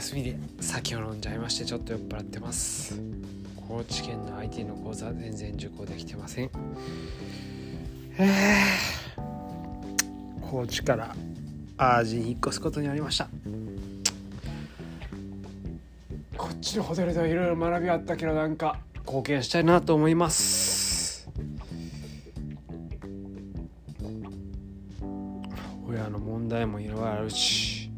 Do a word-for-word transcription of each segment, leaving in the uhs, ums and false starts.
休みで酒を飲んじゃいましてちょっと酔っ払ってます。高知県の アイティー の講座全然受講できてません。えー、高知から淡路に引っ越すことになりました。こっちのホテルではいろいろ学びあったけど、なんか貢献したいなと思います。親の問題もいろいろあるし、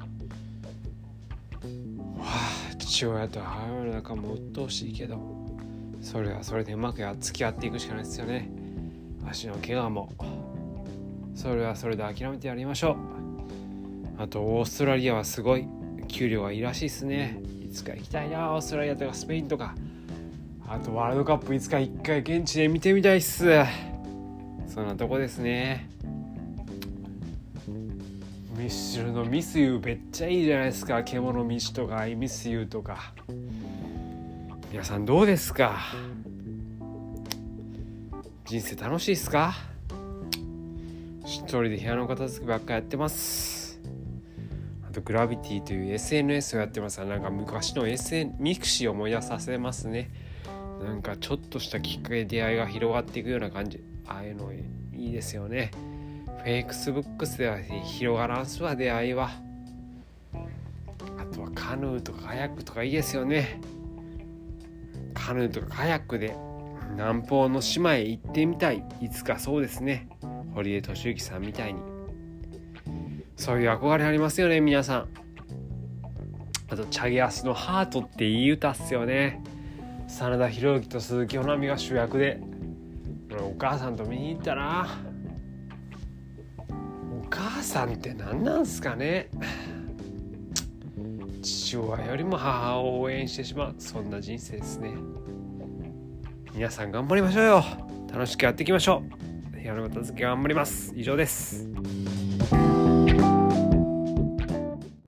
わあ、父親と母親の仲も鬱陶しいけど、それはそれでうまくや付き合っていくしかないですよね。足の怪我もそれはそれで諦めてやりましょう。あとオーストラリアはすごい給料がいいらしいですね。いつか行きたいな、オーストラリアとかスペインとか。あとワールドカップいつか一回現地で見てみたいっす。そんなとこですね。ミッシュルのミスユーめっちゃいいじゃないですか。獣道とかアイミスユーとか。皆さんどうですか？人生楽しいっすか？一人で部屋の片付けばっかやってます。あとグラビティという エスエヌエス をやってます。なんか昔の エスエヌ ミクシーを思い出させますね。なんかちょっとしたきっかけで出会いが広がっていくような感じ。ああいうのいいですよね。フェイクスブックスでは広がらんすわ、出会いは。あとはカヌーとかカヤックとかいいですよね。カヌーとかカヤックで南方の島へ行ってみたい。いつかそうですね。堀江敏之さんみたいに。そういう憧れありますよね、皆さん。あとチャゲアスのハートっていい歌っすよね。真田広之と鈴木保奈美が主役で、お母さんと見に行ったな。お母さんって何なんすかね。父親よりも母を応援してしまう、そんな人生ですね。皆さん頑張りましょうよ。楽しくやっていきましょう。部屋の片付け頑張ります。以上です。